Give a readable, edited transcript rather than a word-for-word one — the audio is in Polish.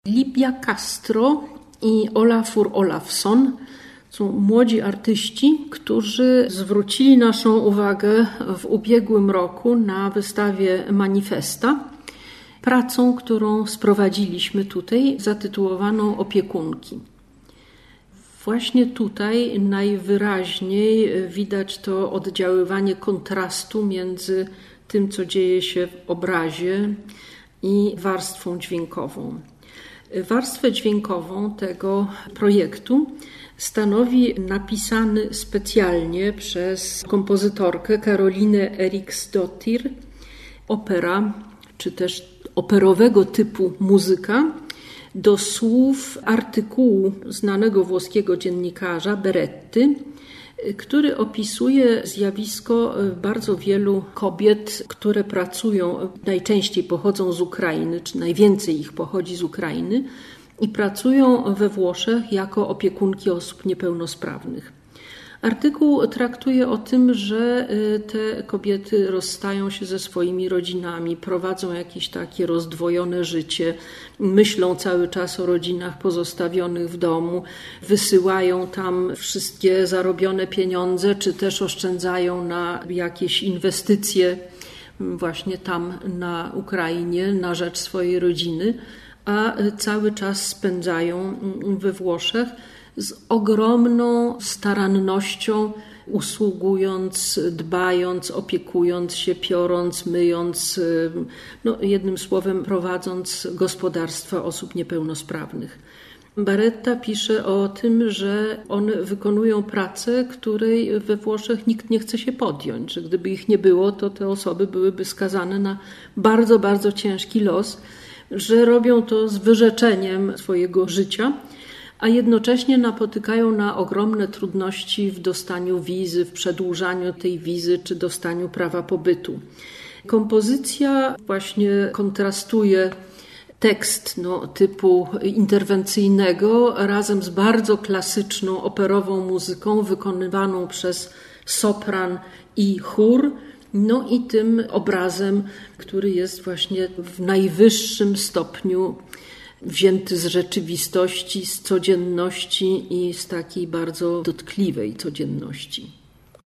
Livia Castro i Olafur Olafsson są młodzi artyści, którzy zwrócili naszą uwagę w ubiegłym roku na wystawie Manifesta pracą, którą sprowadziliśmy tutaj, zatytułowaną Opiekunki. Właśnie tutaj najwyraźniej widać to oddziaływanie kontrastu między tym, co dzieje się w obrazie i warstwą dźwiękową. Warstwę dźwiękową tego projektu stanowi napisany specjalnie przez kompozytorkę Karolinę Eriksdottir opera, czy też operowego typu muzyka, do słów artykułu znanego włoskiego dziennikarza Beretty, który opisuje zjawisko bardzo wielu kobiet, które pracują, najczęściej pochodzą z Ukrainy, czy najwięcej ich pochodzi z Ukrainy i pracują we Włoszech jako opiekunki osób niepełnosprawnych. Artykuł traktuje o tym, że te kobiety rozstają się ze swoimi rodzinami, prowadzą jakieś takie rozdwojone życie, myślą cały czas o rodzinach pozostawionych w domu, wysyłają tam wszystkie zarobione pieniądze, czy też oszczędzają na jakieś inwestycje właśnie tam na Ukrainie na rzecz swojej rodziny, a cały czas spędzają we Włoszech z ogromną starannością, usługując, dbając, opiekując się, piorąc, myjąc, jednym słowem prowadząc gospodarstwa osób niepełnosprawnych. Beretta pisze o tym, że one wykonują pracę, której we Włoszech nikt nie chce się podjąć, że gdyby ich nie było, to te osoby byłyby skazane na bardzo, bardzo ciężki los, że robią to z wyrzeczeniem swojego życia, a jednocześnie napotykają na ogromne trudności w dostaniu wizy, w przedłużaniu tej wizy czy dostaniu prawa pobytu. Kompozycja właśnie kontrastuje tekst typu interwencyjnego razem z bardzo klasyczną operową muzyką wykonywaną przez sopran i chór, i tym obrazem, który jest właśnie w najwyższym stopniu wzięty z rzeczywistości, z codzienności i z takiej bardzo dotkliwej codzienności.